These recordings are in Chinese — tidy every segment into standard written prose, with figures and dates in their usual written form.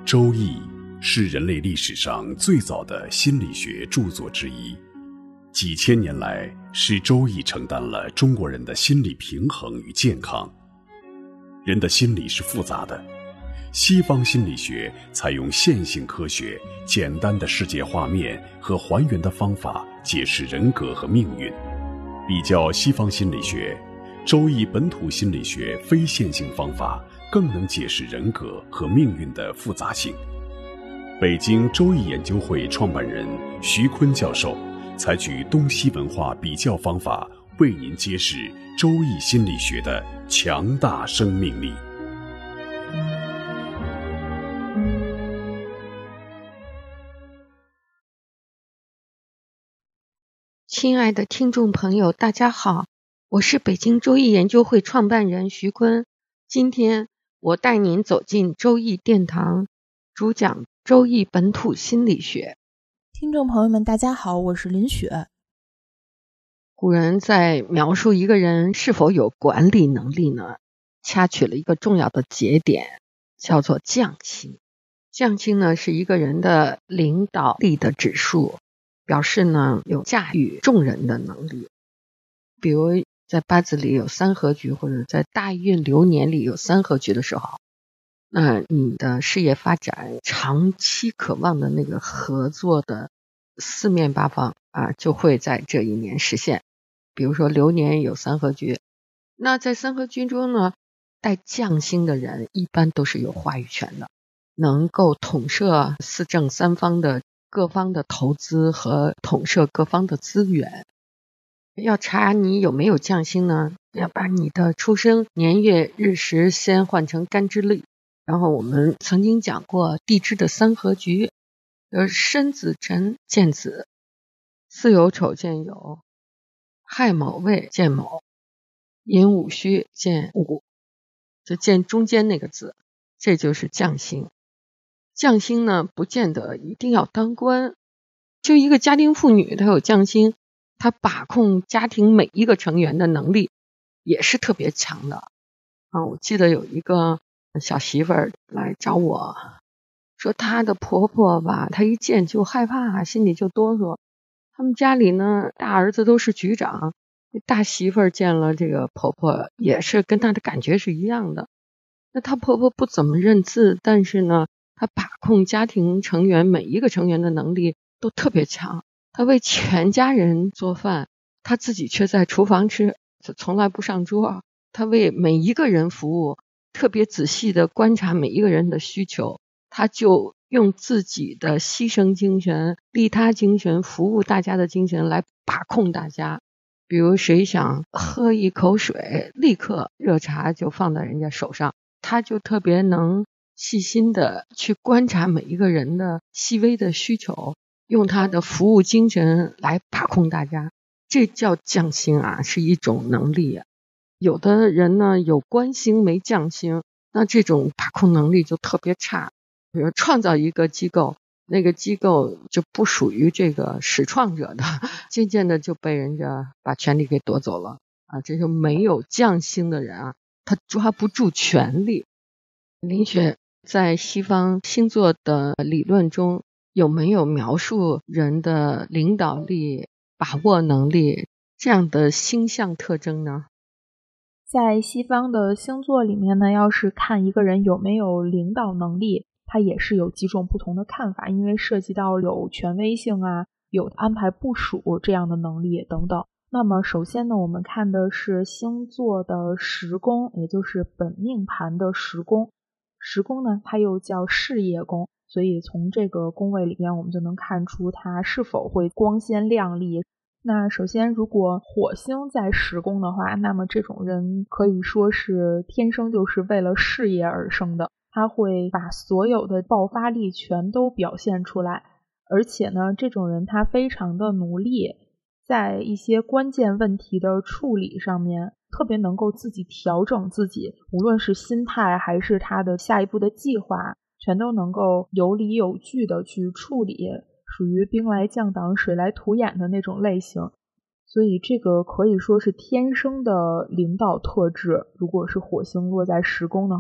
周易是人类历史上最早的心理学著作之一，几千年来是周易承担了中国人的心理平衡与健康。人的心理是复杂的，西方心理学采用线性科学、简单的世界画面和还原的方法解释人格和命运。比较西方心理学，周易本土心理学非线性方法更能解释人格和命运的复杂性。北京周易研究会创办人徐坤教授采取东西文化比较方法，为您揭示周易心理学的强大生命力。 亲爱的听众朋友，大家好，我是北京周易研究会创办人徐坤。今天我带您走进周易殿堂，主讲周易本土心理学。 听众朋友们大家好，我是林雪。 古人在描述一个人是否有管理能力呢，掐取了一个重要的节点，叫做将心。将心呢，是一个人的领导力的指数，表示呢有驾驭众人的能力。比如在八字里有三合局，或者在大运流年里有三合局的时候，那你的事业发展长期渴望的那个合作的四面八方就会在这一年实现。比如说流年有三合局，那在三合局中呢，带将星的人一般都是有话语权的，能够统摄四正三方的各方的投资和统摄各方的资源。要查你有没有将星呢，要把你的出生年月日时先换成干支历。然后我们曾经讲过地支的三合局，申子辰见子，巳酉丑见酉，亥卯未见卯，寅午戌见午，就见中间那个字，这就是将星。将星呢，不见得一定要当官，就一个家庭妇女，她有将星，她把控家庭每一个成员的能力也是特别强的。我记得有一个小媳妇儿来找我，说她的婆婆吧，她一见就害怕，心里就哆嗦。他们家里呢，大儿子都是局长，大媳妇儿见了这个婆婆也是跟她的感觉是一样的。那她婆婆不怎么认字，但是呢，她把控家庭成员每一个成员的能力都特别强。她为全家人做饭，她自己却在厨房吃，就从来不上桌。她为每一个人服务，特别仔细地观察每一个人的需求，她就用自己的牺牲精神、利他精神、服务大家的精神来把控大家。比如谁想喝一口水，立刻热茶就放在人家手上，他就特别能细心的去观察每一个人的细微的需求，用他的服务精神来把控大家。这叫将星是一种能力。有的人呢有官星没将星，那这种把控能力就特别差。比如创造一个机构，那个机构就不属于这个始创者的，渐渐的就被人家把权力给夺走了这就没有将星的人他抓不住权力。林雪在西方星座的理论中有没有描述人的领导力、把握能力这样的星象特征呢？ 在西方的星座里面呢，要是看一个人有没有领导能力，它也是有几种不同的看法，因为涉及到有权威性有安排部署这样的能力等等。那么首先呢，我们看的是星座的时宫，也就是本命盘的时宫。时宫呢，它又叫事业宫，所以从这个宫位里边我们就能看出它是否会光鲜亮丽。那首先如果火星在时宫的话，那么这种人可以说是天生就是为了事业而生的，他会把所有的爆发力全都表现出来，而且呢，这种人他非常的努力，在一些关键问题的处理上面特别能够自己调整自己，无论是心态还是他的下一步的计划，全都能够有理有据的去处理，属于兵来将挡水来土掩的那种类型。所以这个可以说是天生的领导特质，如果是火星落在时宫的话。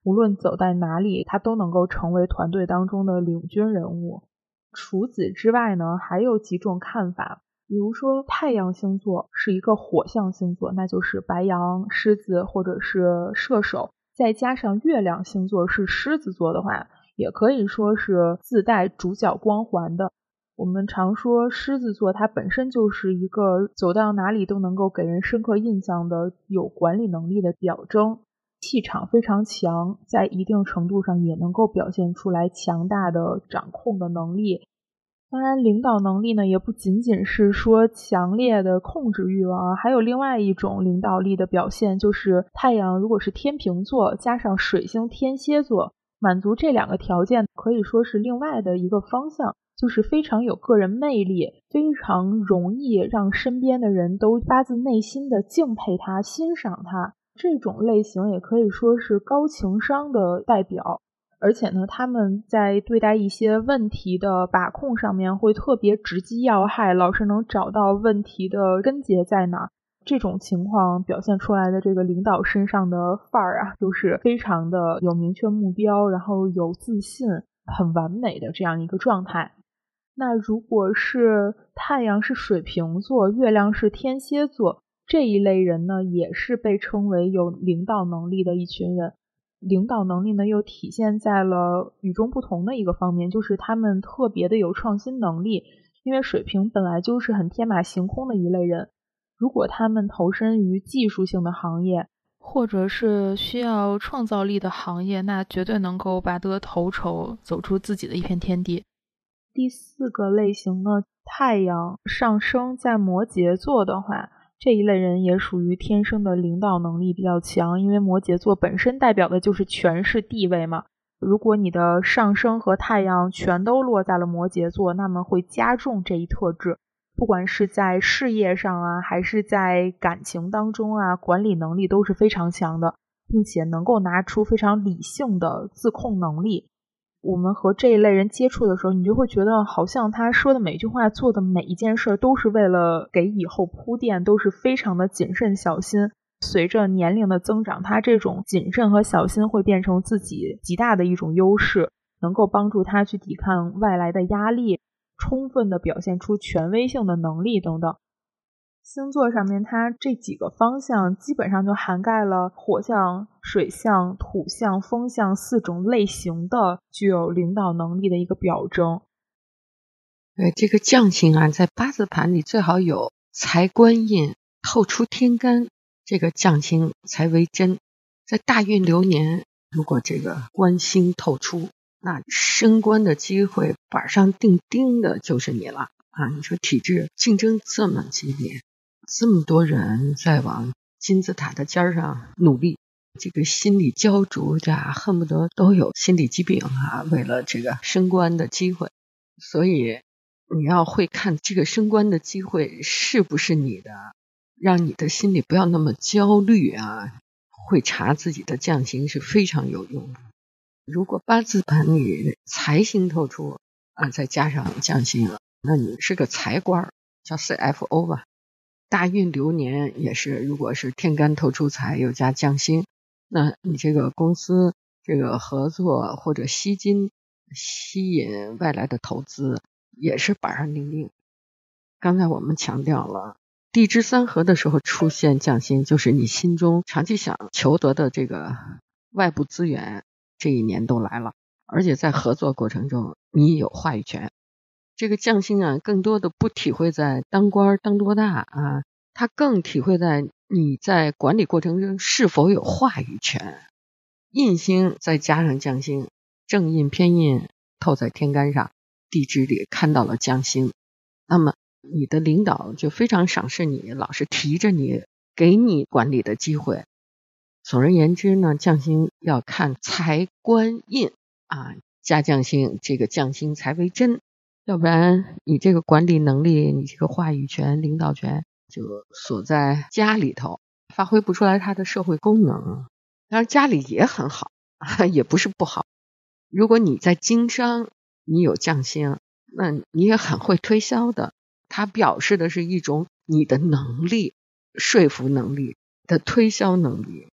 无论走在哪里，他都能够成为团队当中的领军人物。除此之外呢，还有几种看法，比如说太阳星座是一个火象星座，那就是白羊、狮子或者是射手，再加上月亮星座是狮子座的话，也可以说是自带主角光环的。我们常说狮子座它本身就是一个走到哪里都能够给人深刻印象的有管理能力的表征，气场非常强，在一定程度上也能够表现出来强大的掌控的能力。当然领导能力呢，也不仅仅是说强烈的控制欲望啊，还有另外一种领导力的表现，就是太阳如果是天秤座加上水星天蝎座，满足这两个条件可以说是另外的一个方向，就是非常有个人魅力，非常容易让身边的人都发自内心的敬佩他、欣赏他。这种类型也可以说是高情商的代表，而且呢，他们在对待一些问题的把控上面会特别直击要害，老是能找到问题的根结在哪。这种情况表现出来的这个领导身上的范儿啊，就是非常的有明确目标，然后有自信，很完美的这样一个状态。那如果是太阳是水瓶座，月亮是天蝎座，这一类人呢，也是被称为有领导能力的一群人。领导能力呢，又体现在了与众不同的一个方面，就是他们特别的有创新能力。因为水瓶本来就是很天马行空的一类人，如果他们投身于技术性的行业，或者是需要创造力的行业，那绝对能够拔得头筹，走出自己的一片天地。第四个类型呢，太阳上升在摩羯座的话，这一类人也属于天生的领导能力比较强，因为摩羯座本身代表的就是权势地位嘛。如果你的上升和太阳全都落在了摩羯座，那么会加重这一特质，不管是在事业上啊，还是在感情当中啊，管理能力都是非常强的，并且能够拿出非常理性的自控能力。我们和这一类人接触的时候，你就会觉得好像他说的每句话、做的每一件事都是为了给以后铺垫，都是非常的谨慎小心。随着年龄的增长，他这种谨慎和小心会变成自己极大的一种优势，能够帮助他去抵抗外来的压力，充分的表现出权威性的能力等等。星座上面它这几个方向基本上就涵盖了火象、水象、土象、风象4种类型的具有领导能力的一个表征。 对，这个将星啊，在八字盘里最好有财官印透出天干，这个将星才为真。在大运流年，如果这个官星透出，那升官的机会板上钉钉的就是你了啊！你说体制竞争这么激烈，这么多人在往金字塔的尖上努力，这个心理焦灼的恨不得都有心理疾病啊，为了这个升官的机会。所以你要会看这个升官的机会是不是你的，让你的心里不要那么焦虑啊。会查自己的将星是非常有用的。如果八字盘里财星透出啊，再加上将星了，那你是个财官，叫 CFO 吧。大运流年也是，如果是天干透出财又加将星，那你这个公司这个合作或者吸金吸引外来的投资也是板上钉钉。刚才我们强调了，地支三合的时候出现将星，就是你心中长期想求得的这个外部资源这一年都来了，而且在合作过程中你有话语权。这个将星啊，更多的不体会在当官当多大啊，它更体会在你在管理过程中是否有话语权。印星再加上将星，正印偏印透在天干上，地支里看到了将星，那么你的领导就非常赏识你，老是提着你，给你管理的机会。总而言之呢，将星要看财官印啊，加将星，这个将星才为真，要不然你这个管理能力，你这个话语权、领导权就锁在家里头，发挥不出来它的社会功能。当然家里也很好，也不是不好。如果你在经商，你有将星，那你也很会推销的，它表示的是一种你的能力、说服能力的推销能力。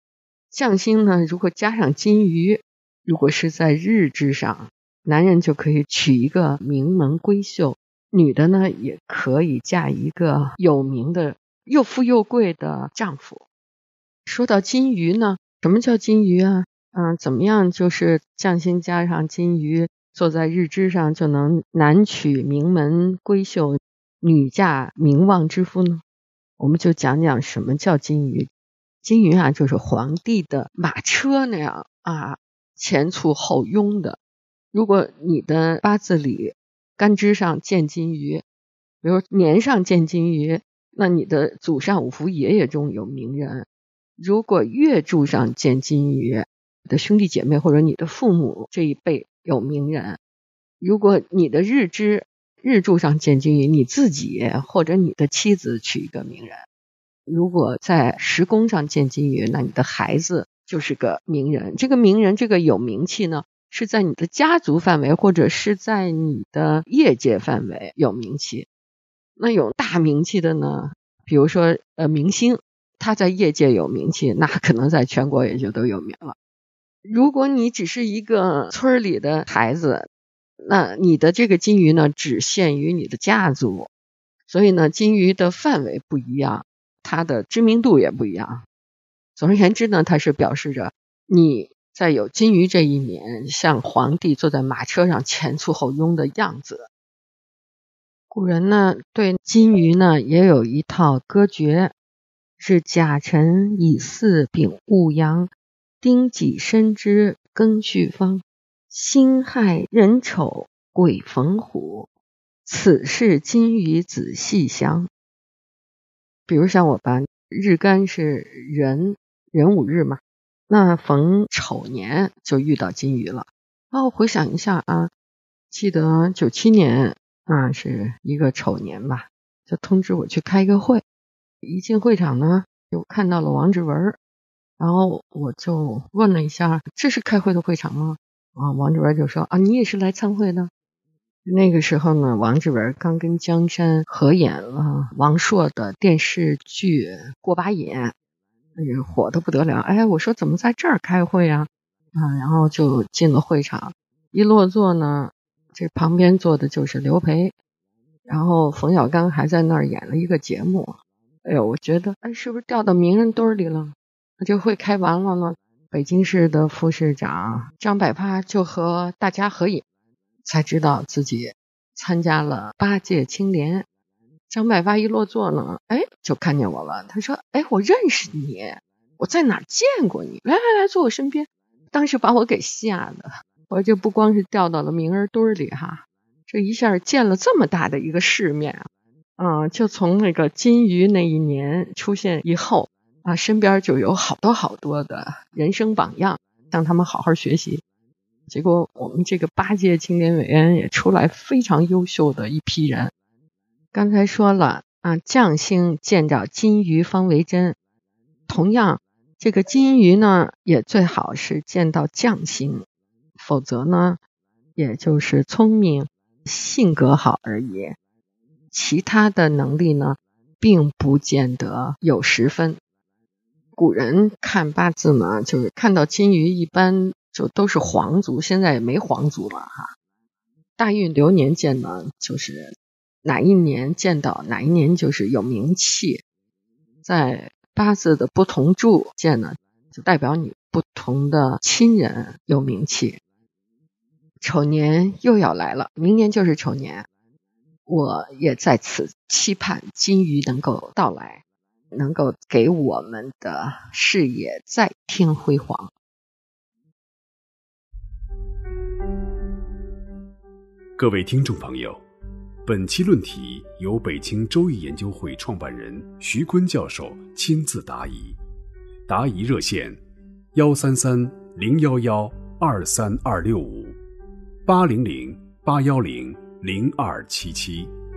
将星呢，如果加上金鱼，如果是在日支上，男人就可以娶一个名门闺秀，女的呢也可以嫁一个有名的又富又贵的丈夫。说到金鱼呢，什么叫金鱼啊？怎么样就是将星加上金鱼，坐在日支上就能男娶名门闺秀，女嫁名望之夫呢？我们就讲讲什么叫金鱼。金鱼啊，就是皇帝的马车那样啊，前簇后拥的。如果你的八字里干支上见金鱼，比如年上见金鱼，那你的祖上五福爷爷中有名人。如果月柱上见金鱼，你的兄弟姐妹或者你的父母这一辈有名人。如果你的日柱上见金鱼，你自己或者你的妻子娶一个名人。如果在时宫上见金鱼，那你的孩子就是个名人。这个名人，这个有名气呢，是在你的家族范围或者是在你的业界范围有名气。那有大名气的呢，比如说明星，他在业界有名气，那可能在全国也就都有名了。如果你只是一个村里的孩子，那你的这个金鱼呢，只限于你的家族。所以呢，金鱼的范围不一样，它的知名度也不一样。总而言之呢，它是表示着你在有金鱼这一年，像皇帝坐在马车上前簇后拥的样子。古人呢对金鱼呢也有一套歌诀，是甲辰乙巳丙戊阳丁己申之庚戌方，辛亥壬丑癸逢虎，此是金鱼子细详。比如像我吧，日干是壬午日嘛，那逢丑年就遇到金鱼了。我回想一下啊，记得97年是一个丑年吧，就通知我去开一个会。一进会场呢，就看到了王志文，然后我就问了一下，这是开会的会场吗？王志文就说你也是来参会的。那个时候呢，王志文刚跟江山合演了王朔的电视剧《过把瘾》，火得不得了。我说怎么在这儿开会啊？然后就进了会场，一落座呢，这旁边坐的就是刘培，然后冯小刚还在那儿演了一个节目。我觉得是不是掉到名人堆里了？这会开完了呢，北京市的副市长张百发就和大家合影，才知道自己参加了8届青联。张百发一落座呢，就看见我了。他说我认识你，我在哪儿见过你，来坐我身边。当时把我给吓的，我这不光是掉到了名人堆里哈，这一下见了这么大的一个世面就从那个金鱼那一年出现以后身边就有好多的人生榜样，向他们好好学习。结果我们这个8届青联委员也出来非常优秀的一批人。刚才说了将星见着金鱼方为真，同样这个金鱼呢也最好是见到将星，否则呢也就是聪明性格好而已，其他的能力呢并不见得有10分。古人看八字呢，就是看到金鱼一般就都是皇族，现在也没皇族了哈。大运流年见呢，就是哪一年见到哪一年就是有名气。在八字的不同柱见呢，就代表你不同的亲人有名气。丑年又要来了，明年就是丑年，我也在此期盼金鱼能够到来，能够给我们的事业再添辉煌。 各位听众朋友，本期论题由北京周易研究会创办人徐坤教授亲自答疑，答疑热线133-011-23265 800-810-0277。